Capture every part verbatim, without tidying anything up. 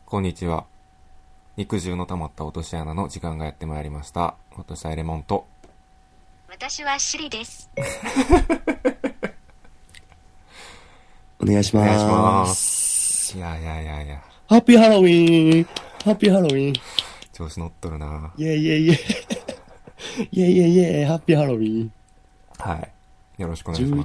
こんにちは。肉汁の溜まった落とし穴の時間がやってまいりました。落としたエレモンと。 私はシリです。 お願いします。 お願いします。いやいやいやいや。 ハッピーハロウィーンハッピーハロウィーン調子乗っとるな。 イェイイェイイェイイェイイェイイェイハッピーハロウィーン。 はい。よろしくお願いします。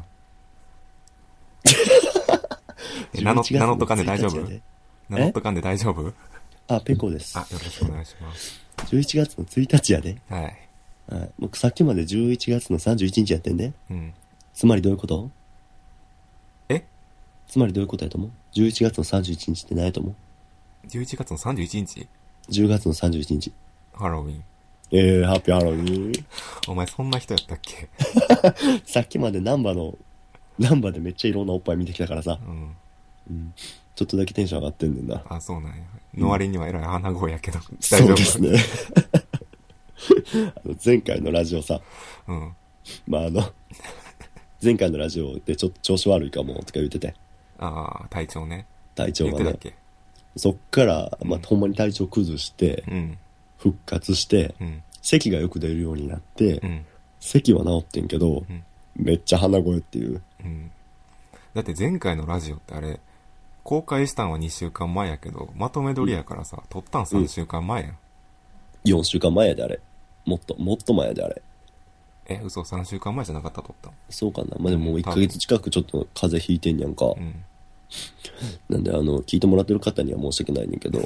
え、名の、名のとかんで大丈夫？名のとかんで大丈夫？ あ、ペコです。 あ、よろしくお願いします。 じゅういちがつのついたちやで。 はい。 はい。僕さっきまでじゅういちがつのさんじゅういちにちやってんで。 うん。 つまりどういうこと？ え？ つまりどういうことやと思う？ じゅういち 月のさんじゅういちにちって何やと思う？ じゅういちがつのさんじゅういちにち？ じゅう 月のさんじゅういちにち。 ハロウィン。 えー、ハッピーハロウィーン。 お前そんな人やったっけ？ さっきまでナンバの、ナンバでめっちゃいろんなおっぱい見てきたからさ。 うん。 うん。ちょっとだけテンション上がってんねんな。 あ、そうなんや。の割にはえらい鼻声やけど。 うん、 大丈夫？ そうですね。あの前回のラジオさ、 うん。 まああの、前回のラジオでちょっと調子悪いかもとか言ってて。 ああ、体調ね。 体調がね。 言ってたっけ？ そっから、まあ、ほんまに体調崩して、 うん。 復活して、 うん。 咳がよく出るようになって、 うん。 咳は治ってんけど、 うん、 めっちゃ鼻声っていう。 うん。だって前回のラジオってあれ、公開したんはにしゅうかんまえやけど、まとめ撮りやからさ、撮ったんさんしゅうかんまえやん。 よんしゅうかんまえやであれ。もっと、もっと前やであれ。 え、嘘、さんしゅうかんまえじゃなかった撮ったん？ そうかな。まあ、でももういっかげつ近くちょっと風邪ひいてんやんか。 うん。 なんであの、聞いてもらってる方には申し訳ないねんけど。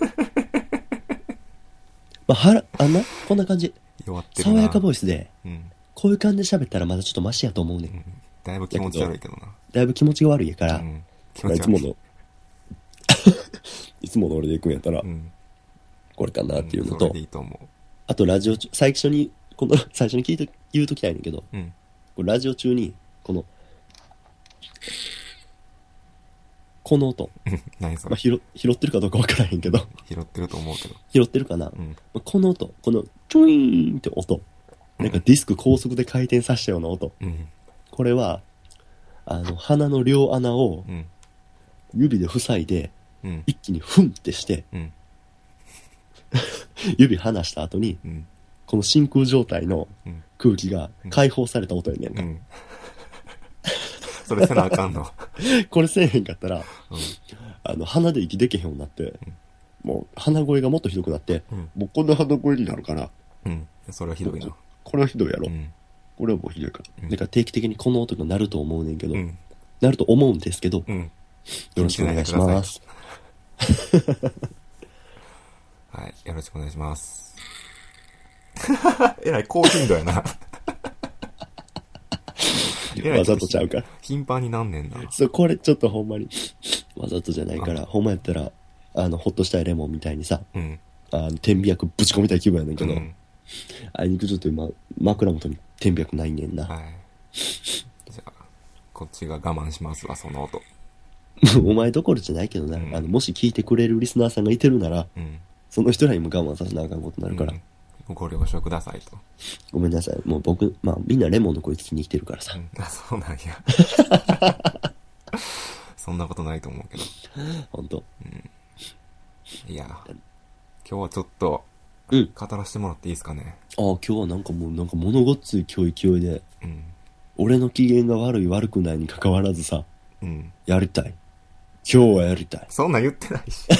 まあ、はら、あんなこんな感じ。 弱ってるな。 爽やかボイスで、 うん。 こういう感じで喋ったらまだちょっとマシやと思うねん。 うん、だいぶ気持ち悪いけどな。 だいぶ気持ちが悪いやから、 うん、気まあ、 持ち悪い。 いつもの、いつもの俺で行くんやったら、 うん、 これかなっていうのと、 うん、それでいいと思う。 あとラジオ中、最初に、この、最初に聞いて、言うときたいねんけど、 うん。 これラジオ中に、この、この音。 何それ、 まあ、拾、拾ってるかどうかわからへんけど。 拾ってると思うけど。 拾ってるかな、 うん。 まあ、この音、この、チュイーンって音。なんかディスク高速で回転させたような音。 うん。 これは、あの、鼻の両穴をうん。 指で塞いで、 うん。 一気にフンってして、 うん。 指離した後に、 うん。 この真空状態のうん空気が解放された音やねんか。 うん。それせなあかんの。 これせえへんかったら、 うん。 あの、鼻で息できへんようになって、もう鼻声がもっとひどくなって、 うん。 もうこんな鼻声になるから、 うん。それはひどいな。 これはひどいやろ。 うん。 これはもうひどいから。 うんだから定期的にこの音が鳴ると思うねんけど、 うん。 鳴ると思うんですけど、 うん。 よろしくお願いします。 はい。よろしくお願いします。えらい高頻度やな。 わざとちゃうから。 頻繁になんねんな。 そう、これちょっとほんまに、わざとじゃないから、ほんまやったら、あの、ほっとしたいレモンみたいにさ、 うん。 あの、点鼻薬ぶち込みたい気分やねんけど、 うん、 あいにくちょっと今、枕元に点鼻薬ないねんな。 はい。じゃあ、こっちが我慢しますわ、その音。 お前どころじゃないけどな、 うん、 あの、もし聞いてくれるリスナーさんがいてるなら、 うん、 その人らにも我慢させなあかんことになるから、 うん、ご了承くださいと。 ごめんなさい。もう僕、まあみんなレモンの声聞きに来てるからさ。 うん、あ、そうなんや。そんなことないと思うけど。 ほんと。 うん、いや、今日はちょっと、 うん。 語らせてもらっていいですかね。 ああ、今日はなんかもう、なんか物ごっつい今日勢いで、 うん。 俺の機嫌が悪い悪くないに関わらずさ、 うん。 やりたい。今日はやりたい。 そんなん言ってないし。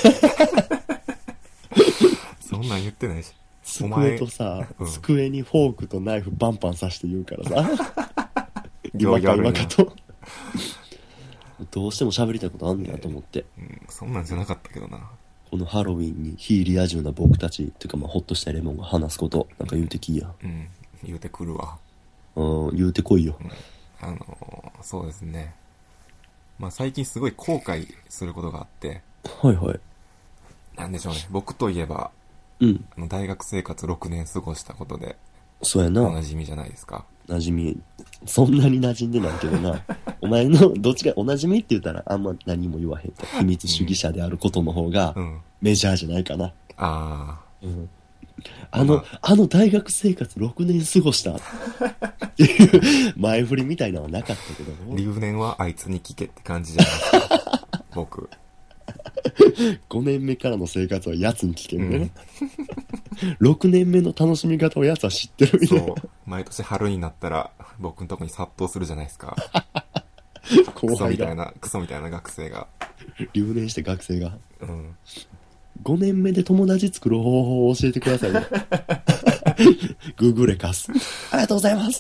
そんなん言ってないし。 机とさ、うん、机にフォークとナイフバンバン刺して言うからさ。今か今かと。どうしても喋りたいことあんねやと思って、 えーうん。そんなんじゃなかったけどな。 このハロウィンに非リア充な僕たちっていうかまあホッとしたレモンが話すことなんか言うてきいや。 うん。言うてくるわ。 うん、言うてこいよ。 うん、あのー、そうですね。まあ最近すごい後悔することがあって。 はいはい。 なんでしょうね。僕といえば、 うん。 あの大学生活ろくねん過ごしたことで。 そうやな。 お馴染みじゃないですか。 馴染み。そんなに馴染んでないけどな。お前の、どっちか、お馴染みって言ったらあんま何も言わへんと。秘密主義者であることの方が、メジャーじゃないかな。うん、 ああ。 うん。あの、まあ、あの大学生活ろくねん過ごしたっていう前振りみたいなのはなかったけども。 留年はあいつに聞けって感じじゃないですか。僕。 ごねんめからの生活はやつに聞けみたいな、うん、ろくねんめの楽しみ方をやつは知ってるみたいな。 そう毎年春になったら僕のとこに殺到するじゃないですか。ク後輩ソみたいがなクソみたいな学生が、 留年して学生がうん、 ごねんめで友達作る方法を教えてくださいよ。グーグレカスありがとうございます。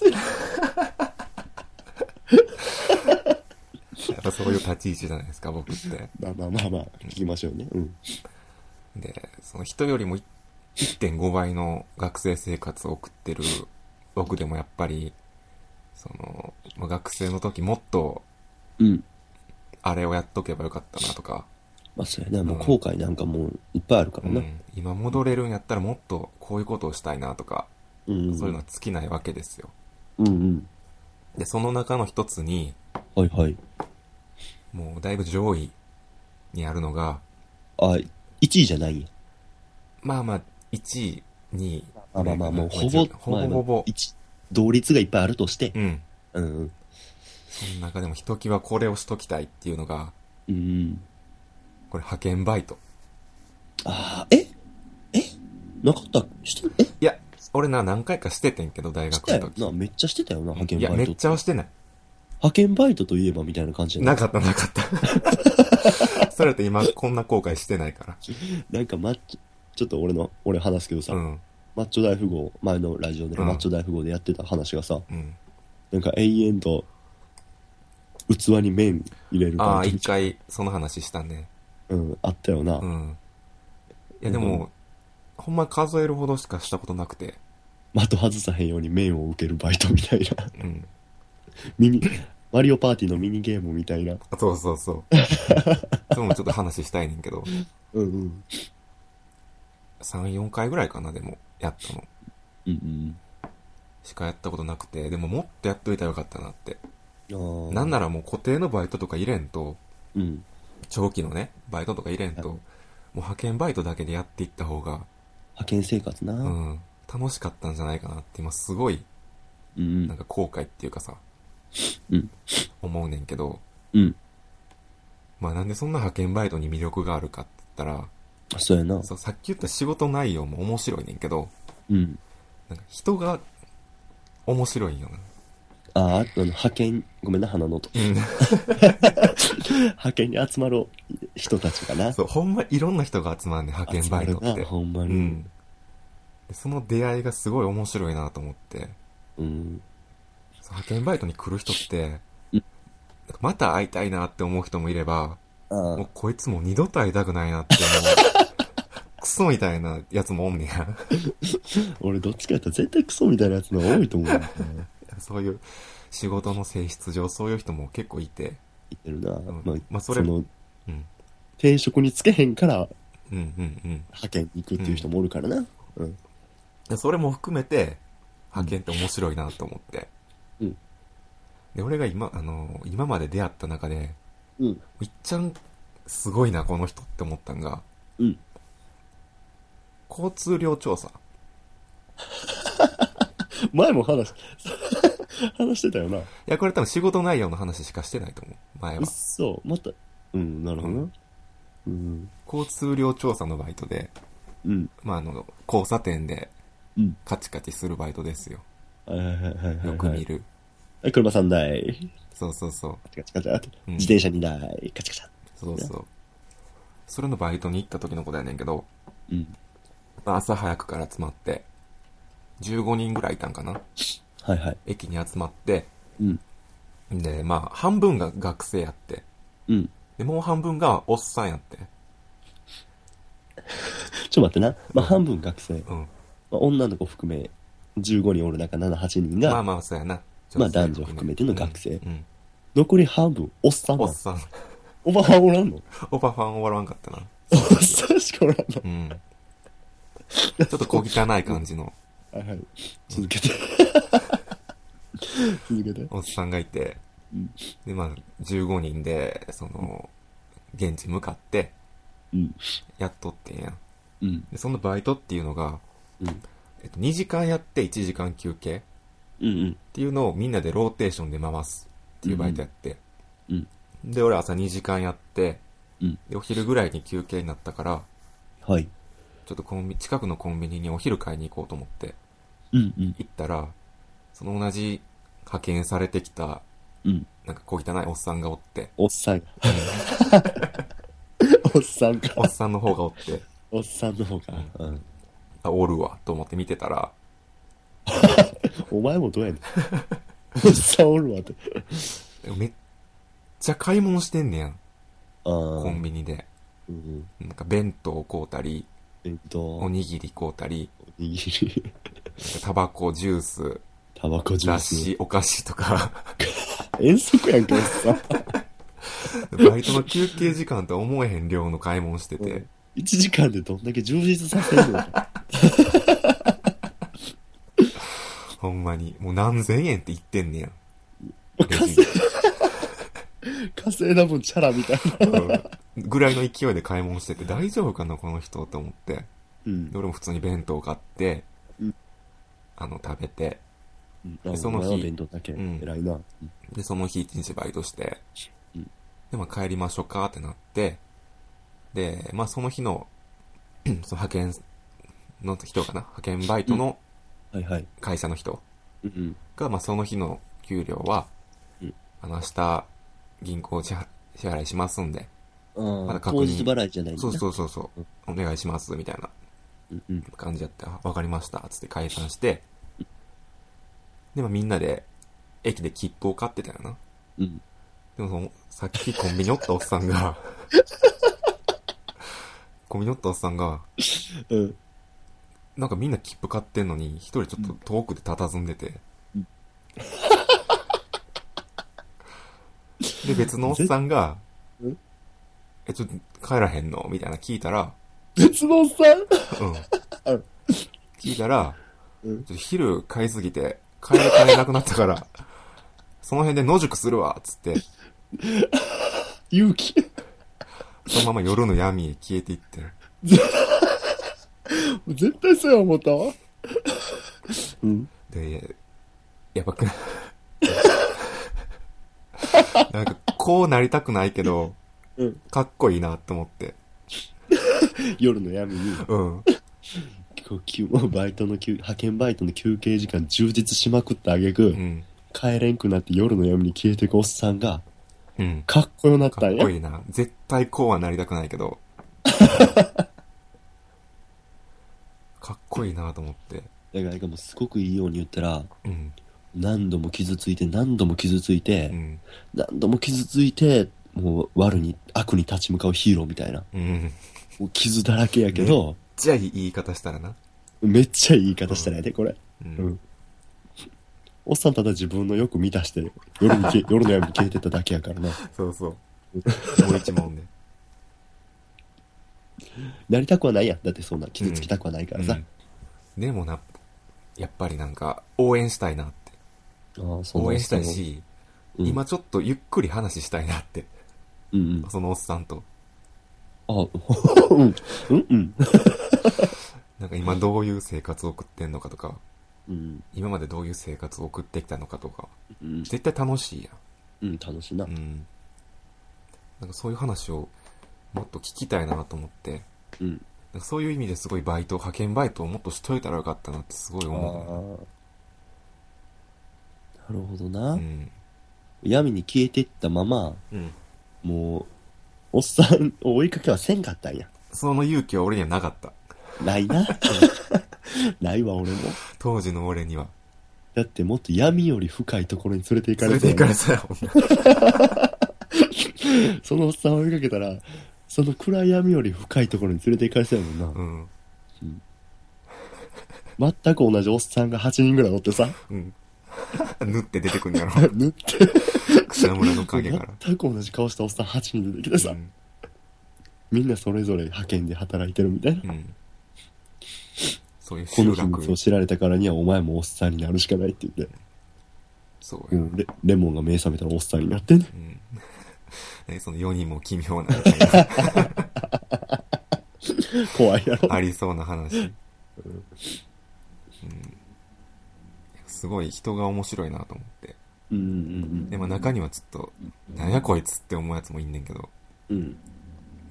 やっぱそういう立ち位置じゃないですか僕って。 まあまあまあまあ聞きましょうね。うん。 でその人よりも いってんご 倍の学生生活を送ってる僕でもやっぱりその、まあ、学生の時もっとうんあれをやっとけばよかったなとか、 まあそうやな、もう後悔なんかもういっぱいあるからな。 うん、今戻れるんやったらもっとこういうことをしたいなとか、 うん、 そういうのは尽きないわけですよ。 うんうん。 でその中の一つにはいはい。 もうだいぶ上位にあるのが、 あ、いちいじゃないんや。 まあまあいちいにいまあまあまあもうほぼほぼほぼ、まあ、 同率がいっぱいあるとして、 うんうん、 その中でもひときわこれをしときたいっていうのが、 うん、 これ派遣バイト。 ああ、ええなかったしてえいや俺な何回かしててんけど大学の時なめっちゃしてたよな派遣バイト。 いやめっちゃはしてない。 派遣バイトといえばみたいな感じじゃない？ なかったなかったそれって今こんな後悔してないからなんかマッチちょっと俺の俺話すけどさ、 うん、 マッチョ大富豪前のラジオで、うん、マッチョ大富豪でやってた話がさ、うん、なんか永遠と器に麺入れるああ一回その話したね。 うんあったよな。 うん。いやでも、うん、ほんま数えるほどしかしたことなくて、 的外さへんように麺を受けるバイトみたいな、 うん、 ミニマリオパーティーのミニゲームみたいな。 そうそうそうそれもちょっと話したいねんけどうんうんさん、よんかいぐらいかなでもやったの、 うんうん、 しかやったことなくて、でももっとやっといたらよかったなって。 あなんならもう固定のバイトとか入れんと、 うん、 長期のねバイトとか入れんと、もう派遣バイトだけでやっていった方が派遣生活な、 うん、楽しかったんじゃないかなって今すごい、うん、なんか後悔っていうかさ、うん、思うねんけど、うん、まあなんでそんな派遣バイトに魅力があるかって言ったら、 そうやな。 そうさっき言った仕事内容も面白いねんけど、 うん、 なんか人が面白いんよな。 ああ、あの派遣ごめんな鼻の音、うん、派遣に集まる人たちがな、 そうほんまいろんな人が集まるね派遣バイトってほんまに、うん、 でその出会いがすごい面白いなと思って、うん、派遣バイトに来る人って、うん、また会いたいなって思う人もいれば、もうこいつもう二度と会いたくないなって思うクソみたいなやつもおんねや俺どっちかやったら絶対クソみたいなやつの方が多いと思うんだよねそういう仕事の性質上そういう人も結構いていてるな、うん、まあ、 まあ、それその、 うん、 転職につけへんから、 うんうんうん、 派遣に行くっていう人もおるからな、うんうん、それも含めて派遣って面白いなと思って、うん、で俺が今、あのー、今まで出会った中で、うん、いっちゃんすごいなこの人って思ったんが、うん、交通量調査前も話話してたよな。いやこれ多分仕事内容の話しかしてないと思う前は。 そうまたうんなるほどな、うんうん、 交通量調査のバイトで、うん、まああの交差点でカチカチするバイトですよ、 はいはいはいはいはい、 よく見る、 はい、車さんだい、 そうそうそう、 カチカチカチカチ、うん、自転車にだいカチカチ、 そうそう、それのバイトに行った時のことやねんけど、うん、朝早くから集まってじゅうごにんぐらいいたんかな、 はいはい、 駅に集まって、うん、でまあ半分が学生やって、うん、でもう半分がおっさんやってちょっと待ってな、まあ、半分学生、うんまあ、女の子含めじゅうごにんおる中なな、はちにんがまあまあそうやな、 まあ男女含めての学生、うんうん、残り半分おっさんな、 おっさんおばはんおらんの？ おばはんおらんかったな、 おっさんしかおらんの、うん、 ちょっと小汚い感じのはいはい続けて続けて、 おっさんがいて、うん、でまあじゅうごにんでその現地向かってやっとってんや、うん、でそのバイトっていうのが、うんえっと、にじかんやっていちじかん休憩っていうのをみんなでローテーションで回すっていうバイトやって、うんうん、で俺朝にじかんやって、ううん。 で、お昼ぐらいに休憩になったから、 はい。 ちょっとコンビ、近くのコンビニにお昼買いに行こうと思って、 うんうん。 行ったら、その同じ派遣されてきた、 うん。 なんか小汚いおっさんがおって、 おっさん。おっさんか。 おっさんの方がおって、 おっさんの方か。うん。 あ、おるわ、と思って見てたら、 お前もどうやねん。おっさんおるわって。 めっちゃ買い物してんねやん。 あーコンビニで。 うん。 なんか弁当買うたり、 えっと、 おにぎり買うたり、 おにぎり、 タバコ、ジュース、 タバコジュー雑ス。 誌、お菓子とか。 遠足やんけ、おっさん。 バイトの休憩時間と思えへん量の買い物してて。 いちじかんでどんだけ充実させるのほんまに。もう何千円って言ってんねやん。 稼い稼いだ分チャラみたいな。 うん。ぐらいの勢いで買い物してて、大丈夫かなこの人と思って。 うん。 で俺も普通に弁当買って、 うん、 あの、食べて、 うん、 でその日弁当だけ、 うん、 偉いな。 で、その日一日バイトして、 うん、 で、まあ帰りましょうかってなって、で、まあその日の、その派遣の人かな派遣バイトの会社の人が、まあその日の給料は、うん、あの、明日、銀行支払いしますんで、 まだ確認。当日払いじゃないんだ。 そうそうそうそう、うん、お願いします、みたいな感じやって、わかりました、つって解散して、で、まあみんなで、駅で切符を買ってたよな。うん。でもその、さっきコンビニおったおっさんが、コンビニおったおっさんが、うん。なんかみんな切符買ってんのに、一人ちょっと遠くで佇んでて、うん、で、別のおっさんが、え、ちょっと帰らへんのみたいな聞いたら、 別のおっさんうん。聞いたら、うん、ちょっと昼買いすぎて、帰れ帰れなくなったから、その辺で野宿するわ、つって。 勇気。 そのまま夜の闇へ消えていって。 絶対そうや思ったわ。 うん。で、やばくないなんか、こうなりたくないけど、うん、かっこいいなって思って。 夜の闇に。 うん。 バイトの派遣バイトの休憩時間充実しまくったあげく、うん、帰れんくなって夜の闇に消えていくおっさんが、うん、かっこよなったんや。 かっこいいな。絶対こうはなりたくないけど。かっこいいなと思って。 だからもうすごくいいように言ったら、うん、何度も傷ついて何度も傷ついて、うん、何度も傷ついて、もう悪に悪に立ち向かうヒーローみたいな。うん、もう傷だらけやけど、 めっちゃいい言い方したらな。 めっちゃいい言い方したらやで、これ。うん。うん、おっさんただ自分の欲満たして、夜に夜の闇に消えてただけやからな。 そうそう。もう一問で。 なりたくはないやん。だってそんな傷つきたくはないからさ。うんうん、でもな、やっぱりなんか、応援したいなって。ああ、そう応援したいし、うん、今ちょっとゆっくり話したいなって。うんうん、そのおっさんと。 あ、うん、うんうん。 なんか今どういう生活を送ってんのかとか、うん、今までどういう生活を送ってきたのかとか、うん、絶対楽しいやん。うん、楽しいな。うん。 なんかそういう話をもっと聞きたいなと思って、うん。なんかそういう意味ですごいバイト、派遣バイトをもっとしといたらよかったなってすごい思う。なるほどな。うん。闇に消えていったまま、うん、もう、おっさんを追いかけはせんかったんや。 その勇気は俺にはなかった。 ないな。ないわ、俺も。 当時の俺には。 だってもっと闇より深いところに連れて行かれて。 連れて行かれたよ。 そのおっさんを追いかけたら、その暗闇より深いところに連れて行かれてたもんな。うん。うん、全く同じおっさんがはちにんぐらいおってさ。うん。 縫って出てくんやろ。 縫って。 草むらの影から。 全く同じ顔したおっさんはちにん出てきてさ。うん、みんなそれぞれ派遣で働いてるみたいな。うん、 そういう集落。 この秘密を知られたからにはお前もおっさんになるしかないって言って。そう、うん、レ, レモンが目覚めたらおっさんになってね。 うん、そのよにんも奇妙なみたいな。 怖いやろ。 ありそうな話。うんうん、すごい人が面白いなと思って。うんうんうん、でも中にはちょっと、なんやこいつって思うやつもいんねんけど。うん、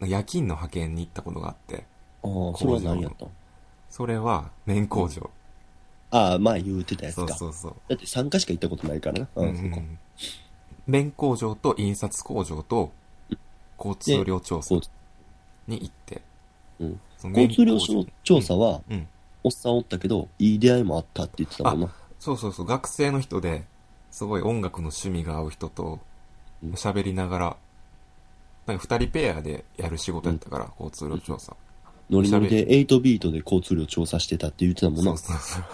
夜勤の派遣に行ったことがあって。 ああ、それは何やったん？ それは、綿工場。 ああ、まあ言うてたやつか。 そうそうそう。 だってさんかしか行ったことないからな。うん、うん。 綿工場と印刷工場と、交通量調査に行って。 うん。交通量調査は、うん、うん、おっさんおったけど、いい出会いもあったって言ってたもんな。 そうそうそう。学生の人で、すごい音楽の趣味が合う人と、喋りながら、なんか二人ペアでやる仕事やったから、うん、交通量調査。 ノリノリではちビートで交通量調査してたって言ってたもんな。 そうそうそう。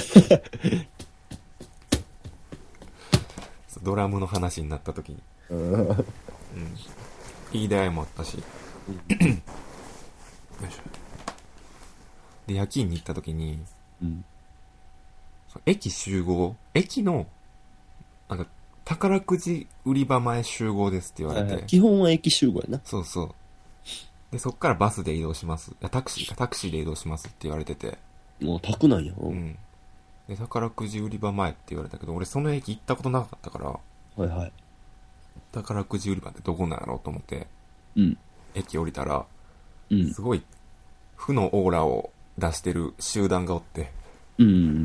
ドラムの話になった時に。うん。いい出会いもあったし。うん、よいしょ。で、夜勤に行った時に、うん、駅集合、駅の、なんか、宝くじ売り場前集合ですって言われて。はいはい、 基本は駅集合やな。 そうそう。で、そっからバスで移動します。いや、タクシーか、タクシーで移動しますって言われてて。 もう、タクなんや。 うん。で、宝くじ売り場前って言われたけど、俺その駅行ったことなかったから。 はいはい。 宝くじ売り場ってどこなんやろうと思って。 うん。 駅降りたら、うん。すごい、負のオーラを出してる集団がおって。 うん。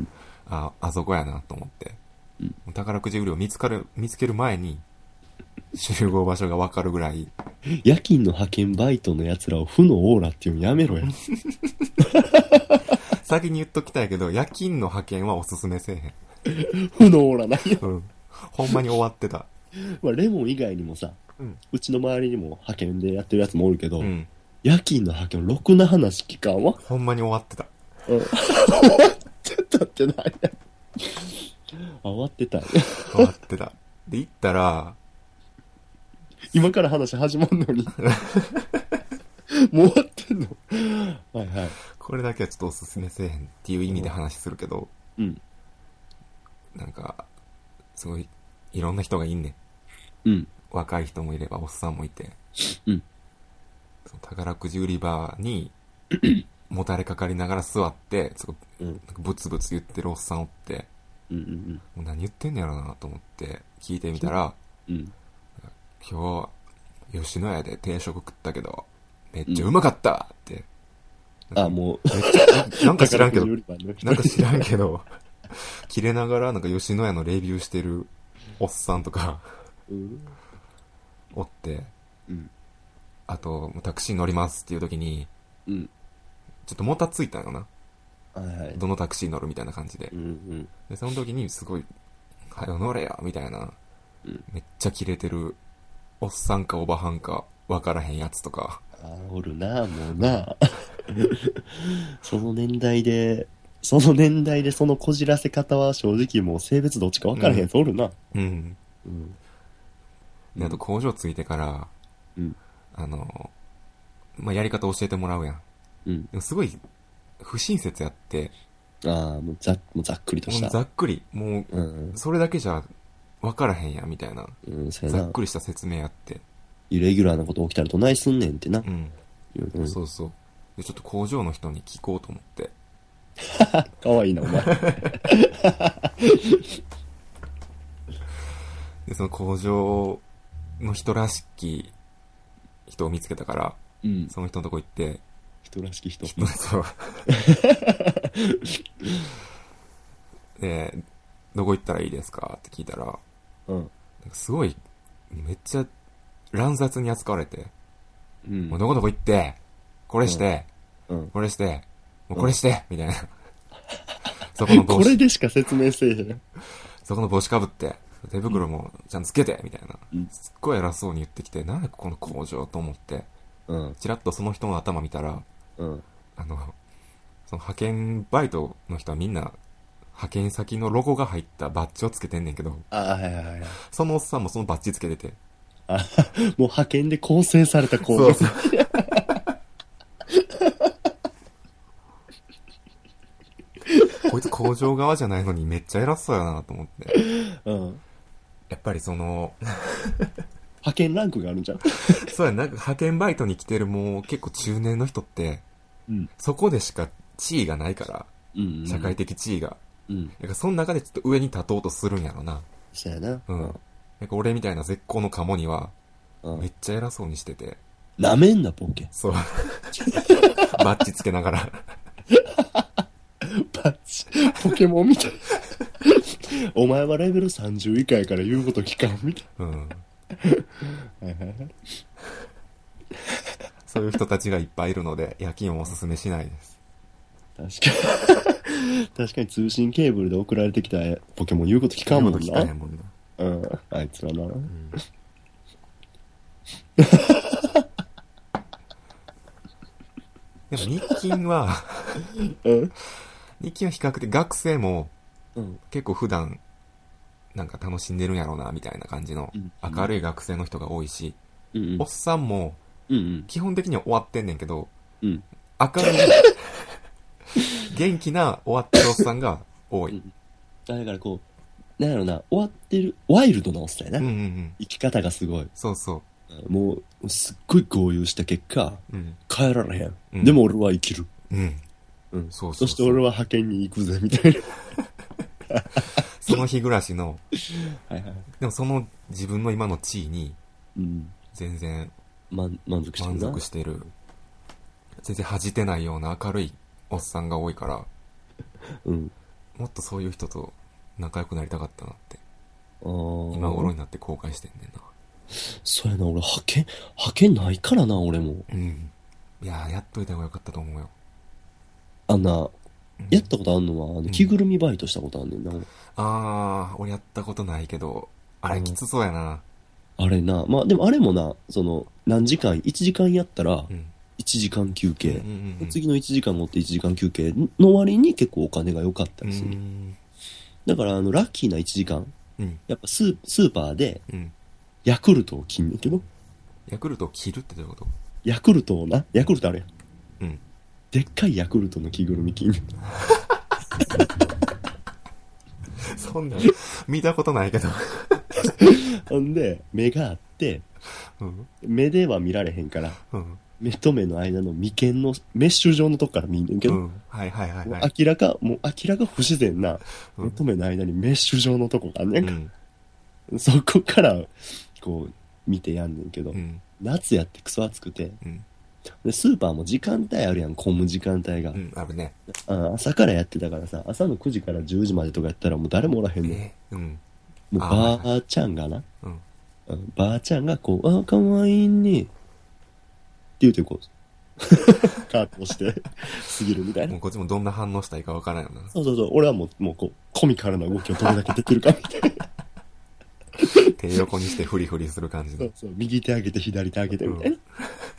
あ、あそこやなと思って。うん。宝くじ売りを見つかる、見つける前に、集合場所がわかるぐらい。 夜勤の派遣バイトの奴らを負のオーラっていうのやめろや。 先に言っときたいけど、夜勤の派遣はおすすめせえへん。負のオーラないよ。 うん。ほんまに終わってた。 まあ、レモン以外にもさ、うん、うちの周りにも派遣でやってるやつもおるけど、うん、夜勤の派遣ろくな話聞かんわ。 ほんまに終わってた。 うん。終わってたってないや。終わってたんや。 終わってた。で、行ったら、 今から話始まんのに。もう終わってんの。はいはい。 これだけはちょっとおすすめせえへんっていう意味で話するけど、 うん。 なんか、すごい、いろんな人がいんねん。うん。 若い人もいれば、おっさんもいて。 うん。 その宝くじ売り場に、もたれかかりながら座って、すごい、うん、なんかブツブツ言ってるおっさんおって、 うんうんうん。もう何言ってんのやろなと思って聞いてみたら、 うん。 今日、吉野家で定食食ったけど、めっちゃうまかったって。 うん、あ、もう、 めっちゃ、なんか知らんけど、なんか知らんけど、切れながらなんか吉野家のレビューしてるおっさんとか、 うん、 おって、 うん、 あと、タクシー乗りますっていう時に、 うん、 ちょっともたついたよな。 はいはい、 どのタクシー乗るみたいな感じで。 うんうん、 で、その時にすごい、はよ乗れやみたいな、 うん、 めっちゃキレてる、おっさんかおばはんか分からへんやつとか。 あ、おるな、もうな。その年代で、その年代でそのこじらせ方は正直もう性別どっちか分からへんやつおるな。 うん。うん。で、あと工場ついてから、 うん。 あの、まあ、やり方教えてもらうやん。 うん。 でもすごい、不親切やって。 ああ、もうざ、もうざっくりとした。 ざっくり。もう、うん、それだけじゃ分からへんや、みたいな。 うん、そうやな。ざっくりした説明やって。 イレギュラーなこと起きたらどないすんねんってな。 うん。うん、そうそう。で、ちょっと工場の人に聞こうと思って。 かわいいな、お前。 で、その工場の人らしき人を見つけたから、 うん、 その人のとこ行って、 人らしき人。 そう。で、どこ行ったらいいですかって聞いたら、 うん、なんかすごい、めっちゃ乱雑に扱われて、 うん、 もうどこどこ行って、これして、 うん、 これして、もうこれして、うん、みたいな。そこの帽子。 これでしか説明せえへん。 そこの帽子かぶって、手袋もちゃんとつけて、みたいな、うん。すっごい偉そうに言ってきて、なんでここの工場と思って、 うん、 チラッとその人の頭見たら、 うん、 あの、その派遣バイトの人はみんな、派遣先のロゴが入ったバッジをつけてんねんけど、 あ、はいはいはい。 そのおっさんもそのバッジつけてて。 あ、もう派遣で構成された工場。そうそうこいつ工場側じゃないのにめっちゃ偉そうやなと思って。 うん。 やっぱりその、 派遣ランクがあるんじゃん。 そうや、なんか派遣バイトに来てるもう結構中年の人って、 うん、 そこでしか地位がないから、 うんうん、 社会的地位が。 うん。 だからその中でちょっと上に立とうとするんやろな。 そうやな。 うん。なんか俺みたいな絶好のカモには、 うん、 めっちゃ偉そうにしてて。 なめんな、ボケ。 そう。バッチつけながら。 バッチ、ポケモンみたい。お前はレベルさんじゅう以下やから言うこと聞かんみたいな。うん。 そういう人たちがいっぱいいるので、夜勤をおすすめしないです。 確かに。確かに通信ケーブルで送られてきたポケモン言うこと聞かんもんな。聞かへんもんな。うん。あいつらな。うん、 でも日勤は、うん、日勤は比較的学生も、うん、結構普段なんか楽しんでるんやろうなみたいな感じの明るい学生の人が多いし、うんうん、おっさんも基本的には終わってんねんけど、うん、明るい元気な終わってるおっさんが多い、うん、 だからこうなんやろな、終わってるワイルドなおっさんやな、うんうんうん、生き方がすごい。 そうそう、 もうすっごい豪遊した結果、うん、帰られへん、うん、でも俺は生きる、うんうん、そうそうそう、そして俺は派遣に行くぜみたいなその日暮らしのはい、はい、でもその自分の今の地位に全然、 うん、満, 満足してる満足してる、全然恥じてないような明るいおっさんが多いから、うん、もっとそういう人と仲良くなりたかったなって今頃になって後悔してんねんな。 そうやな、俺派遣派遣ないからな、俺も。 うん。いやー、やっといた方がよかったと思うよ。 あんな、うん、やったことあんのは、あの着ぐるみバイトしたことあんねんな、 うん、あー、俺やったことないけど、あれきつそうやな。 あれな、まあでもあれもな、その、何時間、いちじかんやったら、いちじかん休憩、うんうんうん、次のいちじかん持っていちじかん休憩の割に結構お金が良かったりする。だから、あの、ラッキーないちじかん、うん、やっぱスー、スーパーで、うんヤクルトを切んねんけど。 ヤクルトを切るってどういうこと？ ヤクルトをな、ヤクルトあるやん。うん。でっかいヤクルトの着ぐるみ切んねん。 そんな、見たことないけど。 ほんで、目があって、うん、目では見られへんから、うん、目と目の間の眉間のメッシュ状のとこから見んねんけど、うん、はいはいはい、はい。明らか、もう明らか不自然な、目と目の間にメッシュ状のとこがあんねんか。うん、そこから、こう見てやんねんけど、うん、夏やってクソ暑くて、うん、でスーパーも時間帯あるやん、混む時間帯が、うん、 あるね。 あ朝からやってたからさ、朝のくじからじゅうじまでとかやったらもう誰もおらへんねん、えーうん、もうばあちゃんがな、うん、ばあちゃんがこう、あ、かわいいねって言うてこうカートして過ぎるみたいな。 もうこっちもどんな反応したらいいかわからんよな。 そうそうそう、俺はもう、もうこうコミカルな動きをどれだけできるかみたいな手横にしてフリフリする感じの。 そうそう、右手上げて左手上げてみたいな、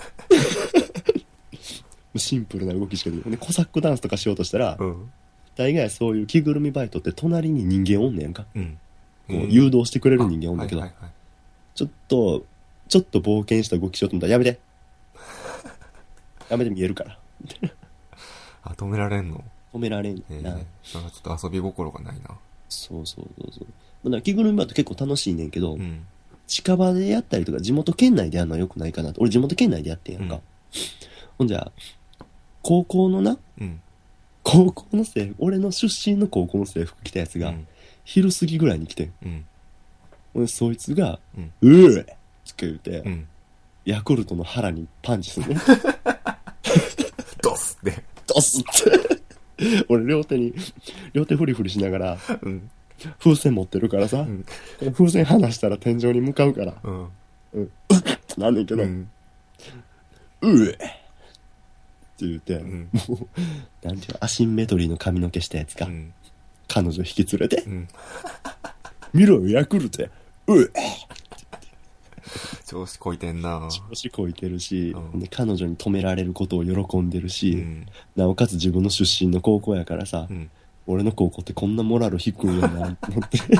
うん、シンプルな動きしかできない。コサックダンスとかしようとしたら、うん、大概そういう着ぐるみバイトって隣に人間おんねやんか、うん、こう誘導してくれる人間おんだけど、はいはいはい、ちょっとちょっと冒険した動きしようと思ったらやめてやめて見えるからあ、止められんの？ 止められんな、えー、 なんかちょっと遊び心がないな。 そうそうそうそう。だから着ぐるみバイト結構楽しいねんけど、うん、近場でやったりとか地元県内でやるのはよくないかなと。俺地元県内でやってんやんか、うん、ほんじゃ高校のな、うん、高校の制服、俺の出身の高校の制服着たやつが、うん、昼過ぎぐらいに来て、うん、俺そいつが「うん、うー!」って言うて、うん、ヤクルトの腹にパンチするねドスってドスって俺両手に両手フリフリしながら、うん風船持ってるからさ、うん、風船離したら天井に向かうから、うん、うん、ってなんねんけど、うん、うえって言うて、うん、もう、なんていうの、アシンメトリーの髪の毛したやつが、うん、彼女引き連れて、うん、見ろよ、ヤクルトや、うえ調子こいてんな。 調子こいてるし、うん、で彼女に止められることを喜んでるし、うん、なおかつ自分の出身の高校やからさ、うん俺の高校ってこんなモラル低いよなって思って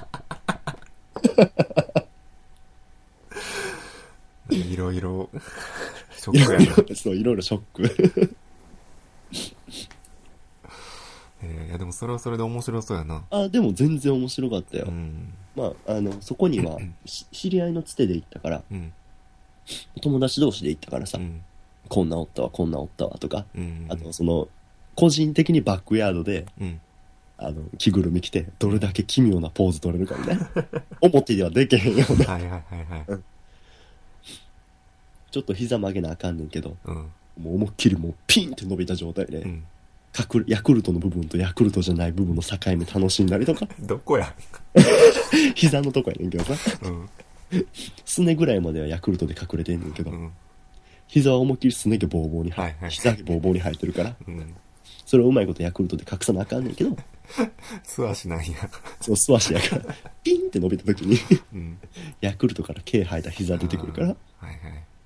いろいろショックやな。 そう、いろいろショックえー、いやでもそれはそれで面白そうやな。 あ、でも全然面白かったよ、うん、まああのそこには知り合いのつてで行ったから、うん、友達同士で行ったからさ、うん、こんなおったわこんなおったわとか、うん、あとその個人的にバックヤードで、うん、あの着ぐるみ着てどれだけ奇妙なポーズ取れるかみたいな表ではできへんようなはいはいはいはい、うん、 ちょっと膝曲げなあかんねんけど、うん、もう思いっきりもうピンって伸びた状態で、うん、ヤクルトの部分とヤクルトじゃない部分の境目楽しんだりとか。 どこや膝のとこやねんけどさ。うん、すねぐらいまではヤクルトで隠れてんねんけど、うん、膝は思いっきりすね毛ボーボーに、はいはい、膝毛ボーボーに生えてるから、うん、それをうまいことヤクルトで隠さなあかんねんけど、 素足なんや。 そう、素足やから、ピンって伸びた時に、うん、ヤクルトから毛生えた膝出てくるから、はいはい、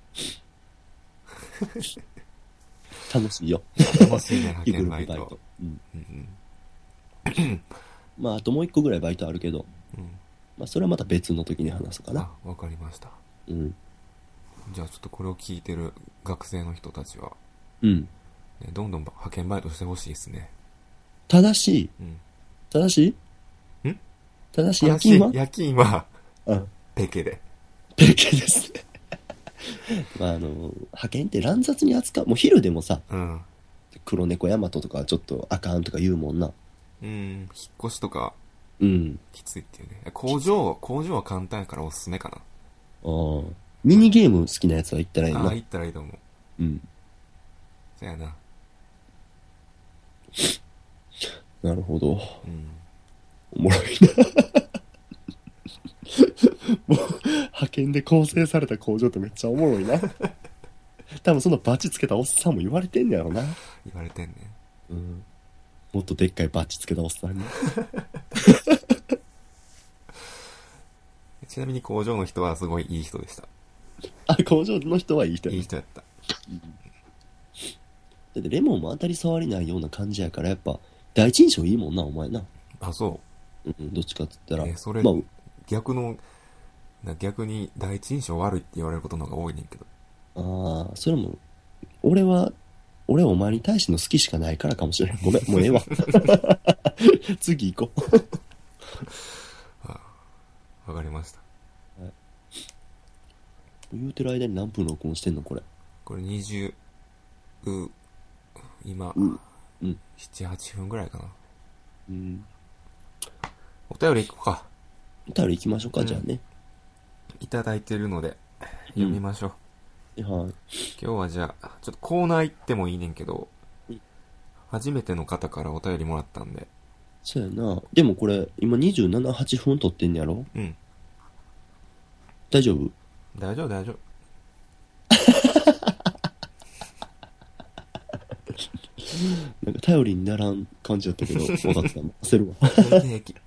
楽しいよ。 楽しいね、派遣バイト。うんうんうん、まあ、あともう一個ぐらいバイトあるけど、うん、まあ、それはまた別の時に話すかな。 あ、わかりました。うん。じゃあちょっとこれを聞いてる学生の人たちは、うん。ね、どんどん派遣バイトしてほしいですね。 ただし、うん、ただしんただし夜勤は夜勤は、うん。ペケで。 ペケですね。まあ、あの、派遣って乱雑に扱う。もう昼でもさ、うん、黒猫ヤマトとかちょっとあかんとか言うもんな。 うん、引っ越しとか、うん。きついっていうね。工場、工場は簡単やからおすすめかな。ああ。ミニゲーム好きなやつは行ったらいいな。ああ、 行ったらいいと思う。うん。そやな。 なるほど。うん。おもろいな。もう、派遣で構成された工場ってめっちゃおもろいな。多分そのバチつけたおっさんも言われてんねやろな。 言われてんね。うん。 もっとでっかいバッチつけたおっさんに。 ちなみに工場の人はすごいいい人でした。 あ、工場の人はいい人やった。いい人やった。うん、 だってレモンも当たり障りないような感じやからやっぱ第一印象いいもんな、お前な。 あ、そう。 うん、どっちかって言ったら。 えー、それ、まあ、逆の、逆に第一印象悪いって言われることの方が多いねんけど。 ああ、それも、俺は、俺はお前に対しての好きしかないからかもしれん。ごめん、もうええわ。次行こう。 ああ、わかりました。はい、 言うてる間に何分録音してんのこれ。 これにじゅう、今、うん、うん、なな、はちふんぐらいかな。うん。お便り行こうか。 お便り行きましょうか、うん、じゃあね。 いただいてるので、読みましょう。 うん、はい。 今日はじゃあ、ちょっとコーナー行ってもいいねんけど、うん、初めての方からお便りもらったんで。 そうやな。でもこれ、今にじゅうなな、はちふん撮ってんやろ？うん。大丈夫？ 大丈夫、大丈夫。 なんか頼りにならん感じだったけど、分かったの。焦るわ。平気。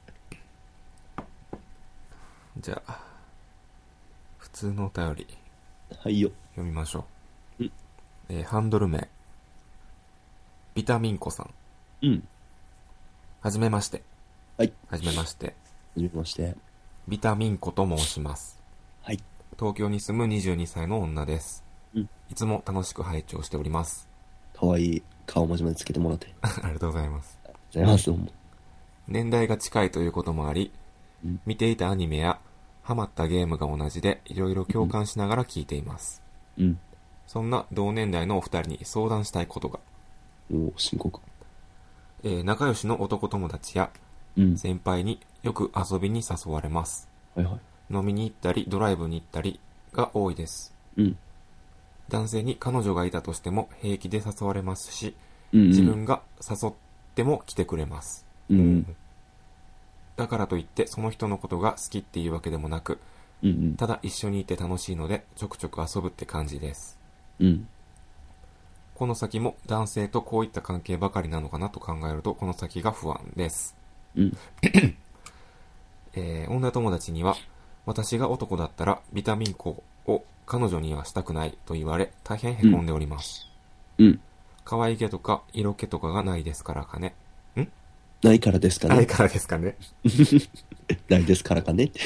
じゃあ、普通のお便り。 はいよ。 読みましょう。うん。えー、ハンドル名。ビタミンコさん。うん。はじめまして。 はい。 はじめまして。はじめまして。 ビタミンコと申します。 はい。 東京に住むにじゅうにさいの女です。うん。いつも楽しく拝聴しております。 かわいい顔文字までつけてもらって。 ありがとうございます。 ありがとうございます。 年代が近いということもあり、うん、見ていたアニメやハマったゲームが同じでいろいろ共感しながら聞いています。うん。そんな同年代のお二人に相談したいことが。 お、深刻。 えー、仲良しの男友達や先輩によく遊びに誘われます。 はいはい。 飲みに行ったりドライブに行ったりが多いです。うん。男性に彼女がいたとしても平気で誘われますし、うんうん、自分が誘っても来てくれます。うん。だからといってその人のことが好きっていうわけでもなく、うんうん、ただ一緒にいて楽しいのでちょくちょく遊ぶって感じです。うん。この先も男性とこういった関係ばかりなのかなと考えるとこの先が不安です。うん。えー、女友達には私が男だったらビタミンコを彼女にはしたくないと言われ大変へこんでおります。うん。うん、可愛げとか色気とかがないですからかね。ん？ ないからですかね。 ないからですかね。 ないですからかね。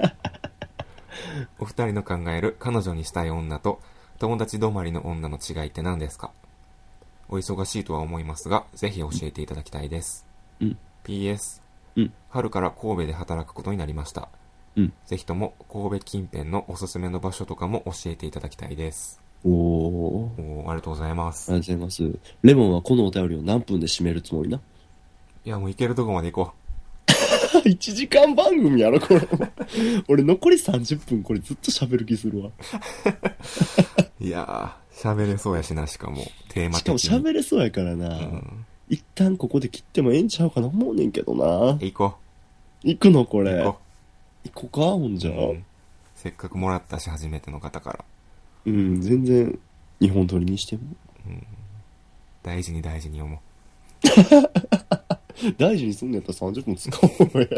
お二人の考える彼女にしたい女と友達止まりの女の違いって何ですか？お忙しいとは思いますが、ぜひ教えていただきたいです。うん、ピーエス、うん、春から神戸で働くことになりました。うん、ぜひとも神戸近辺のおすすめの場所とかも教えていただきたいです。 おー。 おー、ありがとうございます。 ありがとうございます。レモンはこのお便りを何分で締めるつもりな？ いや、もう行けるとこまで行こう。いちじかん番組やろ、これ。俺残りさんじゅっぷんこれずっと喋る気するわ。 いやー、喋れそうやしな、しかも、テーマ的に。しかも喋れそうやからな、うん、一旦ここで切ってもええんちゃうかな思うねんけどな。 行こう。行くのこれ。行こう。行こうか、ほんじゃ、うん。 せっかくもらったし、初めての方から。 うん、全然、日本撮りにしても。うん。 大事に大事に読もう。 大事にすんのやったらさんじゅっぷん使おうや。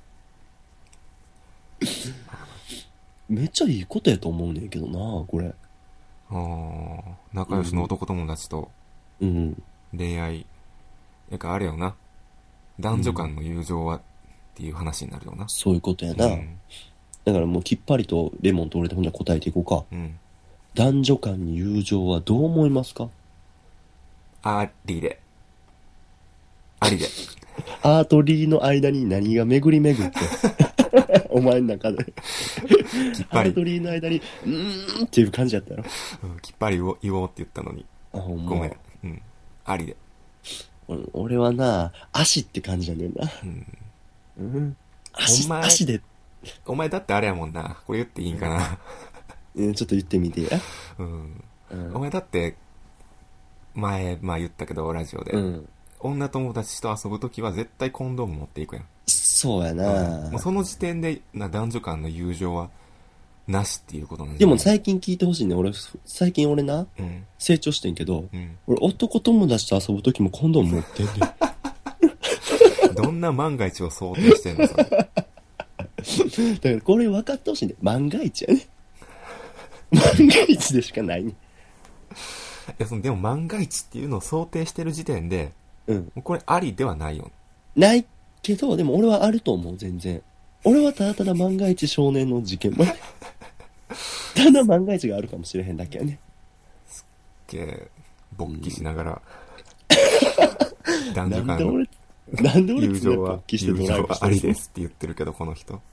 めっちゃいいことやと思うねんけどな、これ。 ああ、仲良しの男友達と、うん。恋愛。なんかあれよな。男女間の友情はっていう話になるよな。 そういうことやな。うん、だからもうきっぱりとレモンと俺でほんじゃ答えていこうか。うん。男女間に友情はどう思いますか？ ありで。ありで。 アーとリーの間に何が巡り巡ってお前の中できっぱりアーとリーの間にうーんっていう感じやったやろ、 うん、きっぱり言おう、言おうって言ったのに。あ、ほんま。ごめん。うん。ありで。 俺はな、足って感じやねんな。うん。うん。足、足で。 お前だってあれやもんな。これ言っていいんかな。 うん、ちょっと言ってみてや。うん。うん、お前だって、前、まあ言ったけど、ラジオで。うん。女友達と遊ぶときは絶対コンドーム持っていくやん。 そうやな、 うん、もうその時点でな男女間の友情はなしっていうことなんでも最近聞いてほしいね。俺、最近俺な、うん、成長してんけど、うん、俺男友達と遊ぶときもコンドーム持ってんねん。どんな万が一を想定してんのそれ。だからこれ分かってほしいね。万が一やね。万が一でしかないね。いや、その、でも万が一っていうのを想定してる時点で、うん。これありではないよ。 ないけど、でも俺はあると思う、全然。俺はただただ万が一少年の事件もただ万が一があるかもしれへんだけやね。 すっげえ、勃起しながら。 うん、男女間の。なんで俺、なんで俺友情は、友情はありですって言ってるけど、この人。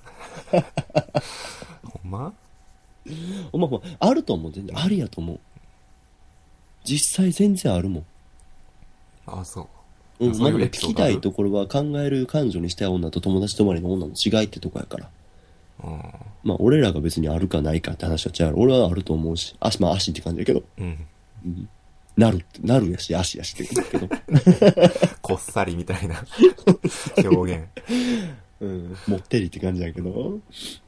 ほんまほんまほんま、あると思う、全然。ありやと思う。実際全然あるもん。 ああ、そう。 うん、まだ聞きたいところは考える感情にしたい女と友達泊まりの女の違いってとこやから。うん、まあ俺らが別にあるかないかって話は違う。俺はあると思うし、足、まあ足って感じやけど。うん。うん、なるって、なるやし、足やしって言うけど。 こっさりみたいな表現。 うん。もってりって感じやけど。うん。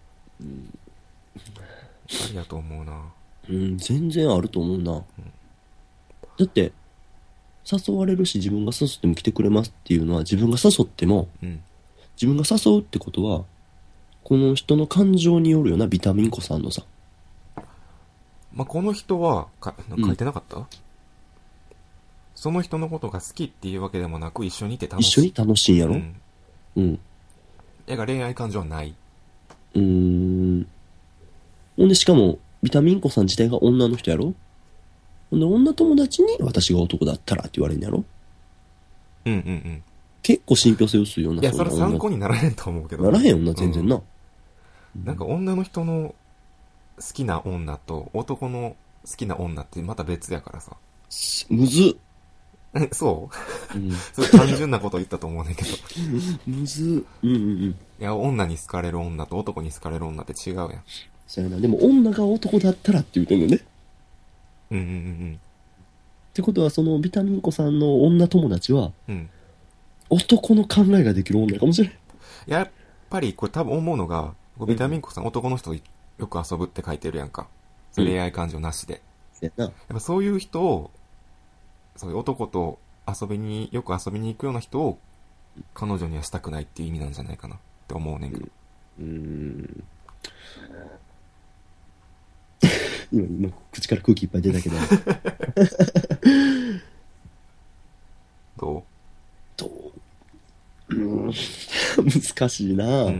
ありだと思うな。 うん、全然あると思うな。うん、だって、誘われるし自分が誘っても来てくれますっていうのは自分が誘っても、うん、自分が誘うってことはこの人の感情によるよな。ビタミンコさんのさ、 まあ、この人はか書いてなかった、うん、その人のことが好きっていうわけでもなく一緒にいて楽しい、 一緒に楽しいんやろ。うんうん。 だから恋愛感情はない。 うーん。ほんでしかもビタミンコさん自体が女の人やろ。ほんで女友達に私が男だったらって言われるんやろ。 うんうんうん。 結構信憑性薄いよな。 いや、それ参考にならへんと思うけど。 ならへんよな、全然な、 うん。なんか女の人の好きな女と男の好きな女ってまた別やからさ。 むずっ。そう、うん、それ単純なこと言ったと思うねんけど。 むずっ。うんうんうん。いや、女に好かれる女と男に好かれる女って違うやん。 そうやな。でも女が男だったらって言うてんのね。 うんうんうんうん。 ってことはそのビタミンコさんの女友達は、うん、男の考えができる女かもしれん。 やっぱりこれ多分思うのが、ビタミンコさん、うん、男の人とよく遊ぶって書いてるやんか。うん、恋愛感情なしで。やっぱそういう人を、そういう男と遊びによく遊びに行くような人を彼女にはしたくないっていう意味なんじゃないかなって思うねんけど。うーん。 今、今、口から空気いっぱい出たけど。 どうどう、うん、難しいな、うん、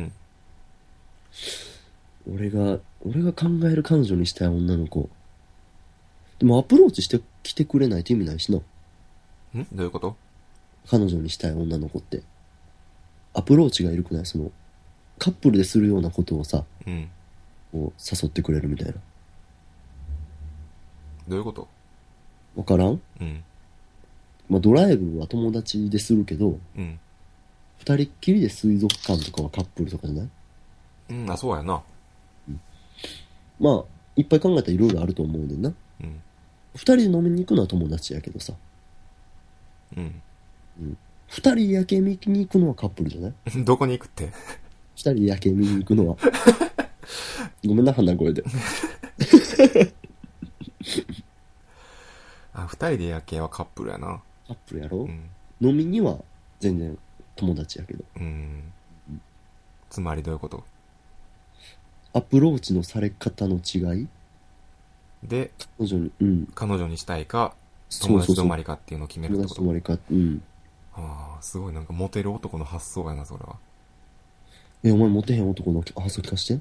俺が、俺が考える彼女にしたい女の子。でもアプローチしてきてくれないと意味ないしな。んどういうこと？ 彼女にしたい女の子って。アプローチがいるくない？その、カップルでするようなことをさ、うん、こう誘ってくれるみたいな。 どういうこと？ わからん？うん。まあ、ドライブは友達でするけど、うん。二人っきりで水族館とかはカップルとかじゃない？ うん、あ、そうやな。 うん。まあ、いっぱい考えたらいろいろあると思うねんな。 うん。 二人で飲みに行くのは友達やけどさ。 うん。 うん。二人夜景見に行くのはカップルじゃない？ どこに行くって？ 二人で夜景見に行くのは。ごめんな、鼻声で。 あ、二人で夜景はカップルやな。 カップルやろ？ うん。 飲みには全然友達やけど。 うん。つまりどういうこと？ アプローチのされ方の違いで、 彼女に、うん。 彼女にしたいか、友達止まりかっていうのを決めるってこと？ 友達止まりか、うん。 ああ、すごいなんかモテる男の発想やな、それは。 え、お前モテへん男の発想聞かして。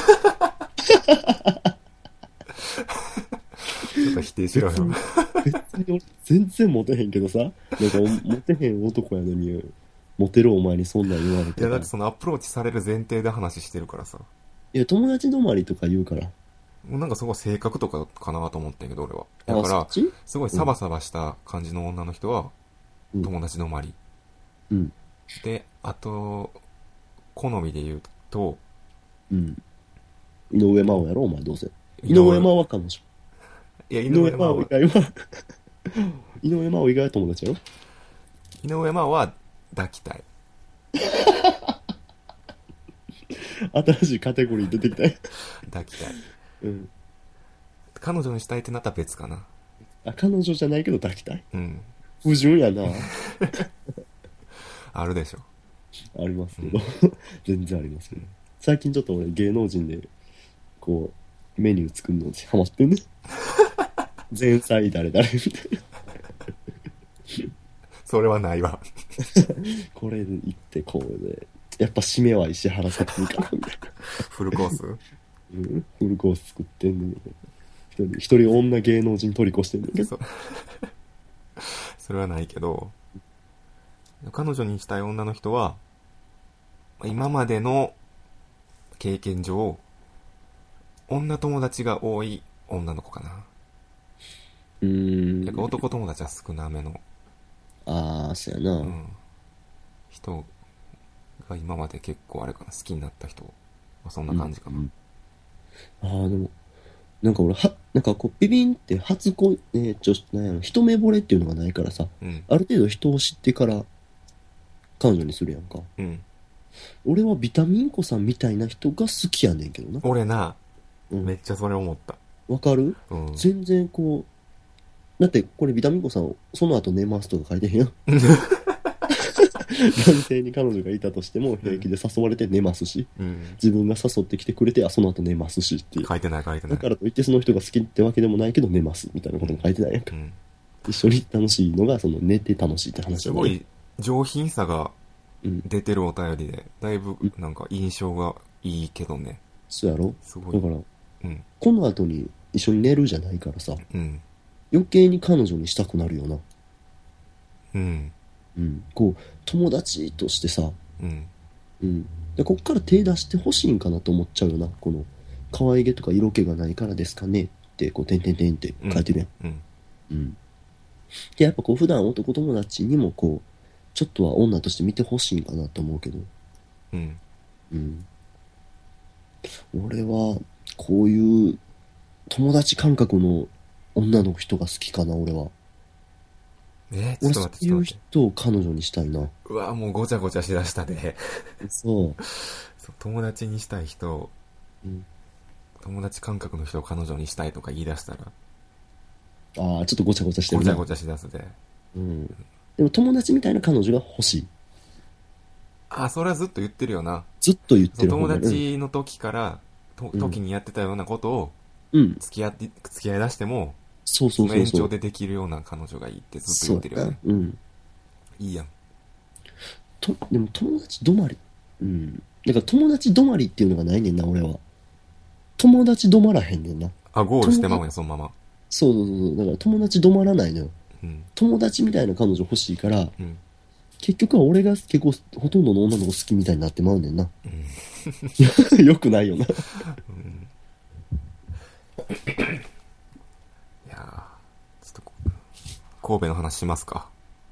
ちょっと否定しろよ。 別に俺全然モテへんけどさ、なんかモテへん男やのに、モテるお前にそんなん言われて。 いやだってそのアプローチされる前提で話してるからさ。 いや、友達止まりとか言うから。 もうなんかすごい性格とかかなと思ってんけど、俺は。だから、すごいサバサバした感じの女の人は、友達止まり。 うん。 で、あと、好みで言うと、 うん。井上真央やろ、お前どうせ。井上真央は彼女。 いや、井上真央以外は、井上真央以外は友達やろ。 井上真央は抱きたい。 新しいカテゴリー出てきたよ。 抱きたい。 うん。 彼女にしたいってなったら別かな。 あ、彼女じゃないけど抱きたい。 うん。 不純やな。 あるでしょ。 ありますけど、うん、全然ありますけど。最近ちょっと俺芸能人で、こう、メニュー作るのにハマってんね。前菜誰々みたいな。 それはないわ。 これで行ってこうで、やっぱ締めは石原さつみかなみたいな。 フルコース？ うん、フルコース作ってんねん。一人、一人女芸能人取り越してんねんけど。 そ, それはないけど、彼女にしたい女の人は、今までの経験上、女友達が多い女の子かな。 うーん。 やっぱ男友達は少なめの。 ああ、そうやな。 うん。人が今まで結構あれかな、好きになった人はそんな感じかな。うんうん、ああ、でも、なんか俺は、なんかこう、ビビンって初恋、えー、ちょ、なんやろ、一目惚れっていうのがないからさ、うん、ある程度人を知ってから彼女にするやんか。うん。俺はビタミン子さんみたいな人が好きやねんけどな。 俺な、うん、めっちゃそれ思った。 わかる？ うん。 全然こう、だってこれビタミン子さん、その後寝ますとか書いてへんやん。男性に彼女がいたとしても平気で誘われて寝ますし、うん、自分が誘ってきてくれて、あ、その後寝ますしっていう。 書いてない書いてない。 だからといってその人が好きってわけでもないけど寝ますみたいなことも書いてないやんか。うん、一緒に楽しいのがその寝て楽しいって話じゃない。すごい上品さが出てるお便りで、だいぶなんか印象がいいけどね。 そうやろ？ すごい。 だから、 うん、 この後に一緒に寝るじゃないからさ、 うん、 余計に彼女にしたくなるよな。 うん。 うん、こう友達としてさ、 うんうん、でこっから手出してほしいんかなと思っちゃうよな。この可愛げとか色気がないからですかねってこうてんてんてんって書いてるやん。 うん、 うん、でやっぱこう普段男友達にもこうちょっとは女として見てほしいんかなと思うけど、 うんうん、俺はこういう友達感覚の女の人が好きかな。俺はえー、ちょっと待って、 そういう人を彼女にしたいな。 うわ、もうごちゃごちゃしだしたで。 そう。 そう、友達にしたい人、うん、友達感覚の人を彼女にしたいとか言い出したら。 ああ、ちょっとごちゃごちゃしてるな。 ごちゃごちゃしだすで。 うん。でも友達みたいな彼女が欲しい。 ああ、それはずっと言ってるよな。 ずっと言ってる。 友達の時から、と時にやってたようなことを、 うん。 付き合って、付き合い出しても、 そうそうそうそう。その延長でできるような彼女がいいってずっと言ってるよね。 うん。 いいやん。 と、でも友達止まり。うん。だから友達止まりっていうのがないねんな、俺は。友達止まらへんねんな。 あ、ゴールしてまうやん、そのまま。 そうそうそう。だから友達止まらないのよ。 うん、 友達みたいな彼女欲しいから、 うん、 結局は俺が結構ほとんどの女の子好きみたいになってまうねんな。うん、よくないよな。うんいやちょっと神戸の話しますか。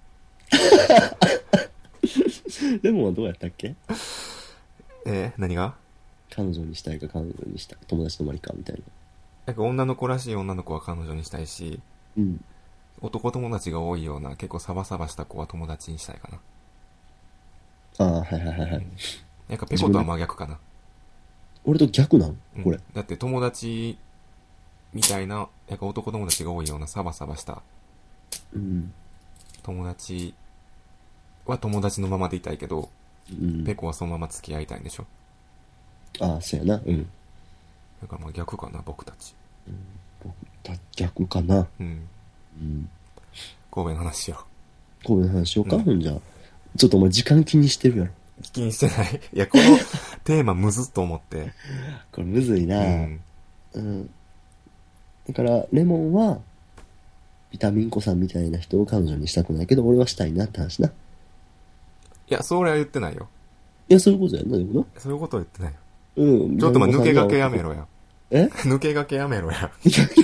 レモンはどうやったっけ？ えー、何が？ 彼女にしたいか彼女にしたいか友達泊まりかみたいな。 なんか女の子らしい女の子は彼女にしたいし、うん、男友達が多いような結構サバサバした子は友達にしたいかな。 ああ、はいはいはいはい。うん、 なんかペコとは真逆かな。 俺と逆なんこれ、うん。 だって友達みたいな、なんか男友達が多いようなサバサバした、うん、友達は友達のままでいたいけど、うん、ペコはそのまま付き合いたいんでしょ。 ああ、そうやな。うん。 だからまあ逆かな、僕たち。 うん、僕た逆かな。うん。 うん。神戸の話よ。 神戸の話しようか、うん、ほんじゃ。ちょっとお前時間気にしてるやろ。 気にしてない。いや、このテーマむずっと思って。 これむずいな。うん。うん。だから、レモンは、ビタミン子さんみたいな人を彼女にしたくないけど、俺はしたいなって話な。いや、それは言ってないよ。 いや、そういうことやんな、でもな。 そういうことは言ってないよ。 うん。 ちょっとまあ、抜け駆けやめろや。 え抜け駆けやめろや。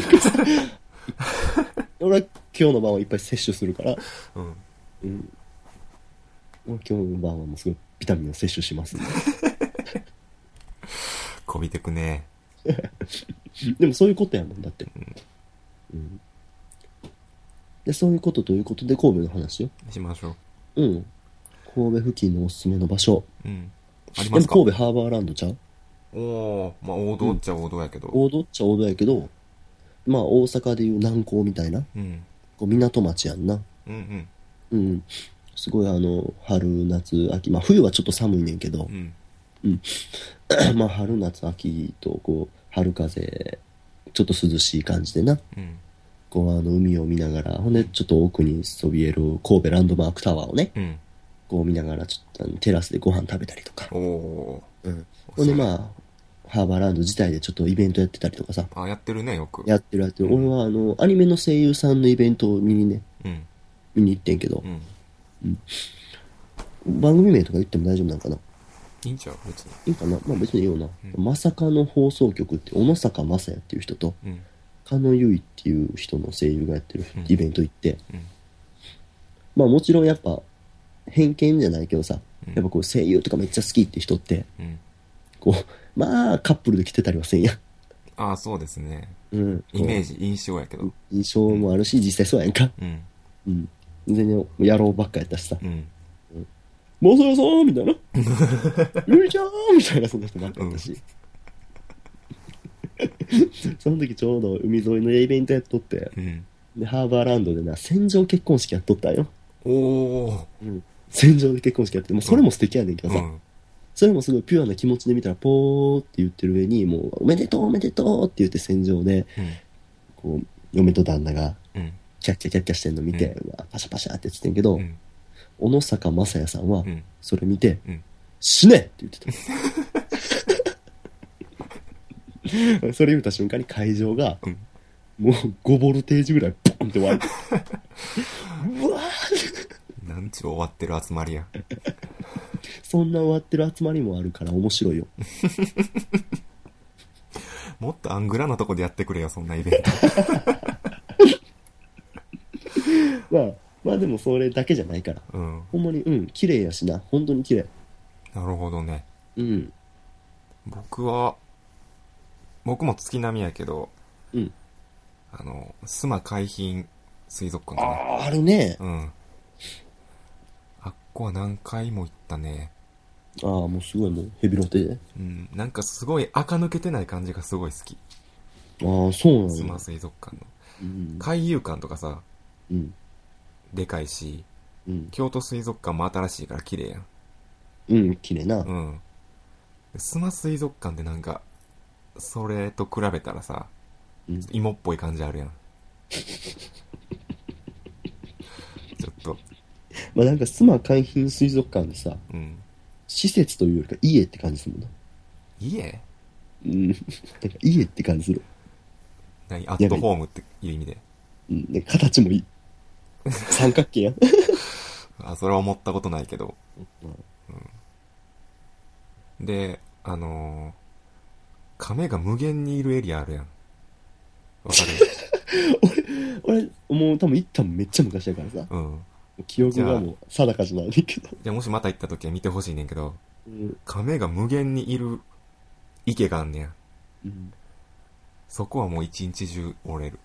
俺は今日の晩はいっぱい摂取するから。うん。うん。俺今日の晩はもうすごいビタミンを摂取しますんで。 こびてくね。 でもそういうことやもん、だって。うん。うん、で、そういうことということで神戸の話よ。 しましょう。うん。神戸付近のおすすめの場所。うん。ありますか？でも神戸ハーバーランドちゃう？ おー、まあ王道っちゃ王道やけど。 うん、王道っちゃ王道やけど、まあ大阪でいう南港みたいな。うん。こう港町やんな。うんうん。うん。すごいあの、春、夏、秋。まあ冬はちょっと寒いねんけど。うん。うん。まあ春、夏、秋とこう、春風、ちょっと涼しい感じでな。うん。こうあの海を見ながら、ほんでちょっと奥にそびえる神戸ランドマークタワーをね。うん。こう見ながらちょっとテラスでご飯食べたりとか。おー。うん。ほんでまあ、ハーバーランド自体でちょっとイベントやってたりとかさ。 あ、やってるね、よく。 やってるやってる。うん、俺はあの、アニメの声優さんのイベントを見にね、うん、見に行ってんけど、うんうん、番組名とか言っても大丈夫なんかな？ いいんちゃう別に。 いいかな？まあ別にいいよな。うん、まさかの放送局って、小野坂正也っていう人と、うん、加野由依っていう人の声優がやってるイベント行って、うんうん、まあもちろんやっぱ、偏見じゃないけどさ、やっぱこう声優とかめっちゃ好きって人って、うん、こう、まあカップルで来てたりはせんやん。 ああ、そうですね。うん。イメージ、印象やけど。 印象もあるし、うん、実際そうやんか。うん。うん。全然、野郎ばっかやったしさ。うん。まさやさんみたいな。ゆりちゃんみたいな、そんな人ばっかやったし。うん、その時ちょうど海沿いのイベントやっとって、うん、で、ハーバーランドでな、船上結婚式やっとったよ。おー。うん。船上で結婚式やって、もうそれも素敵やねんけどさ。うん、それもすごいピュアな気持ちで見たら、ポーって言ってる上に、もう、おめでとうおめでとうって言って船上で、うん、こう、嫁と旦那が、キャッキャキャッキャしてんの見て、うん、うわパシャパシャって言ってんけど、うん、小野坂正也さんは、それ見て、うん、死ねって言ってた。それ言った瞬間に会場が、うん、もうごボルテージぐらいポンって割れて、うわーなんちゅう終わってる集まりや。 そんな終わってる集まりもあるから面白いよ。 もっとアングラなとこでやってくれよ、そんなイベント。 まあ、まあでもそれだけじゃないから。うん。ほんまに、うん、綺麗やしな。本当に綺麗。 なるほどね。うん。僕は、僕も月並みやけど、うん。あの、須磨海浜水族館かな。 ああ、あるね。うん。 あっこは何回も行ったね。 ああ、もうすごいもうヘビロテで。 うん。なんかすごい垢抜けてない感じがすごい好き。 ああ、そうなんだ。 須磨水族館の。うん、海遊館とかさ、うん。でかいし、うん、京都水族館も新しいから綺麗やん。 うん、綺麗な。うん。 須磨水族館ってなんか、それと比べたらさ、うん、芋っぽい感じあるやん。ちょっと。 まあなんか須磨海浜水族館でさ、うん、施設というよりか家って感じするもんな。 家？ うん。なんか家って感じする。 何？アットホームっていう意味で。 うん。ね、形もいい。三角形やん。 あ、それは思ったことないけど。うんうん、で、あのー、亀が無限にいるエリアあるやん。わかる？俺、俺、もう多分行ったのめっちゃ昔だからさ。うん。記憶がもう定かじゃないけど。 じゃあもしまた行った時は見てほしいねんけど、うん、亀が無限にいる池があんねや。うん。 そこはもう一日中折れる。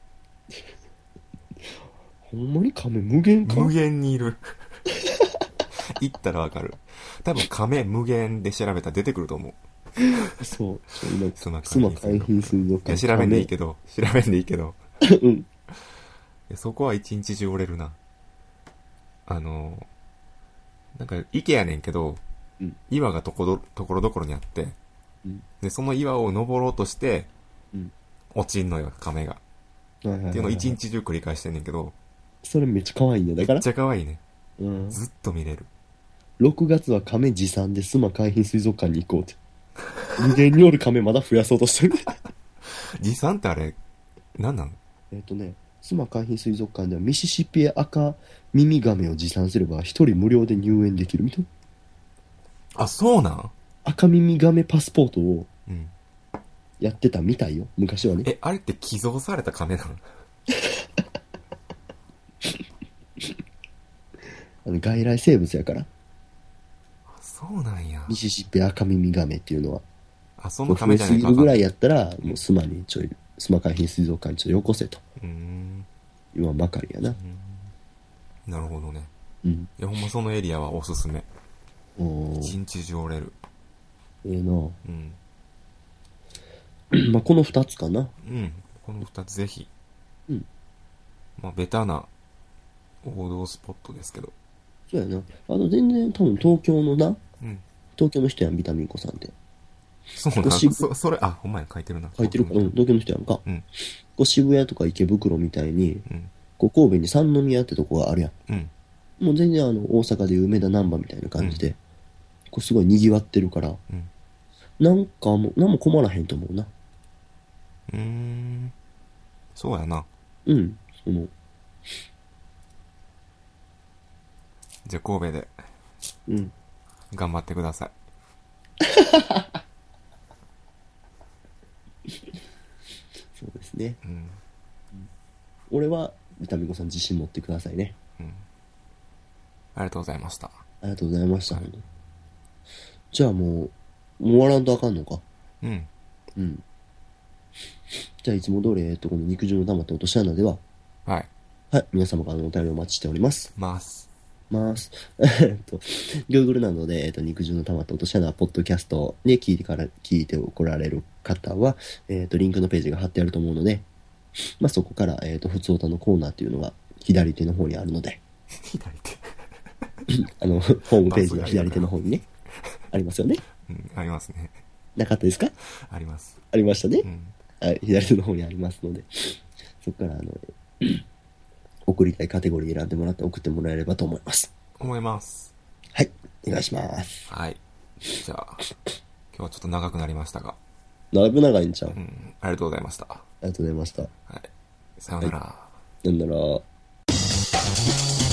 ほんまに亀無限か？ 無限にいる。行ったらわかる。多分亀無限で調べたら出てくると思う。そう。今、須磨海浜水族館。 いや、調べんでいいけど、調べんでいいけど。 うん。 そこは一日中折れるな。あの、なんか池やねんけど、うん、岩がとこど、ところどころにあって、うん、で、その岩を登ろうとして、うん、落ちんのよ、亀が。っていうのを一日中繰り返してんねんけど。 それめっちゃ可愛いね。だから。 めっちゃ可愛いね。うん。ずっと見れる。 ろくがつは亀持参で須磨海浜水族館に行こうって。無限におる亀まだ増やそうとしてる。 持参ってあれ、何なの？ えっとね、須磨海浜水族館ではミシシッピ赤耳亀を持参すれば一人無料で入園できるみたいな。あ、そうなん？ 赤耳亀パスポートをやってたみたいよ、昔はね。 え、あれって寄贈された亀なの？ あの外来生物やから。 そうなんや。 ミシシッピ赤耳亀っていうのは。 あ、その亀じゃないか。 増えすぎるぐらいやったら、もう須磨にちょい、須磨海浜水族館にちょいよこせと。うーん。言わんばかりやな。 なるほどね。うん。いや、ほんまそのエリアはおすすめ。お一日中折れる。 ええなぁ。うん。まあ、この二つかな。 うん。この二つぜひ。うん。まあ、ベタな王道スポットですけど。 そうやな。あの、全然多分東京のな、うん、東京の人やん、ビタミン子さんって。 そうなそ、それ、あ、ほんまや、書いてるな。 書いてるか、うん、東京の人やんか。うん。こう渋谷とか池袋みたいに、うん、こう神戸に三宮ってとこがあるやん。うん。もう全然あの、大阪でいう梅田難波みたいな感じで、うん、こうすごい賑わってるから、うん、なんかもう、なんも困らへんと思うな。 うーん。そうやな。 うん、その、 じゃあ神戸で、うん。頑張ってください。 そうですね。うん。俺は、ビタミン子さん自信持ってくださいね。うん。 ありがとうございました。ありがとうございました。はい、じゃあもう、もう終わらんとあかんのか。うん。うん。じゃあいつも通り、えっと、この肉汁の溜まった落とし穴では、はい。はい。皆様からのお便りをお待ちしております。 ます。 ます。えっと、Google などで、えっと、肉汁の溜まった落とし穴、ポッドキャストで聞いてから、聞いてこられる方は、えっと、リンクのページが貼ってあると思うので、まあ、そこから、えっと、普通歌のコーナーっていうのが左手の方にあるので、 左手あの、ホームページが左手の方にね、ありますよね。 うん、ありますね。 なかったですか？ あります。 ありましたね。うん、はい、左手の方にありますので、そこから、あの、送りたいカテゴリー選んでもらって送ってもらえればと思います。 思います。 はい。お願いします。 はい。じゃあ、今日はちょっと長くなりましたが。 だいぶ長いんちゃう？ うん。ありがとうございました。ありがとうございました。はい。 さよなら。 はい、さよなら。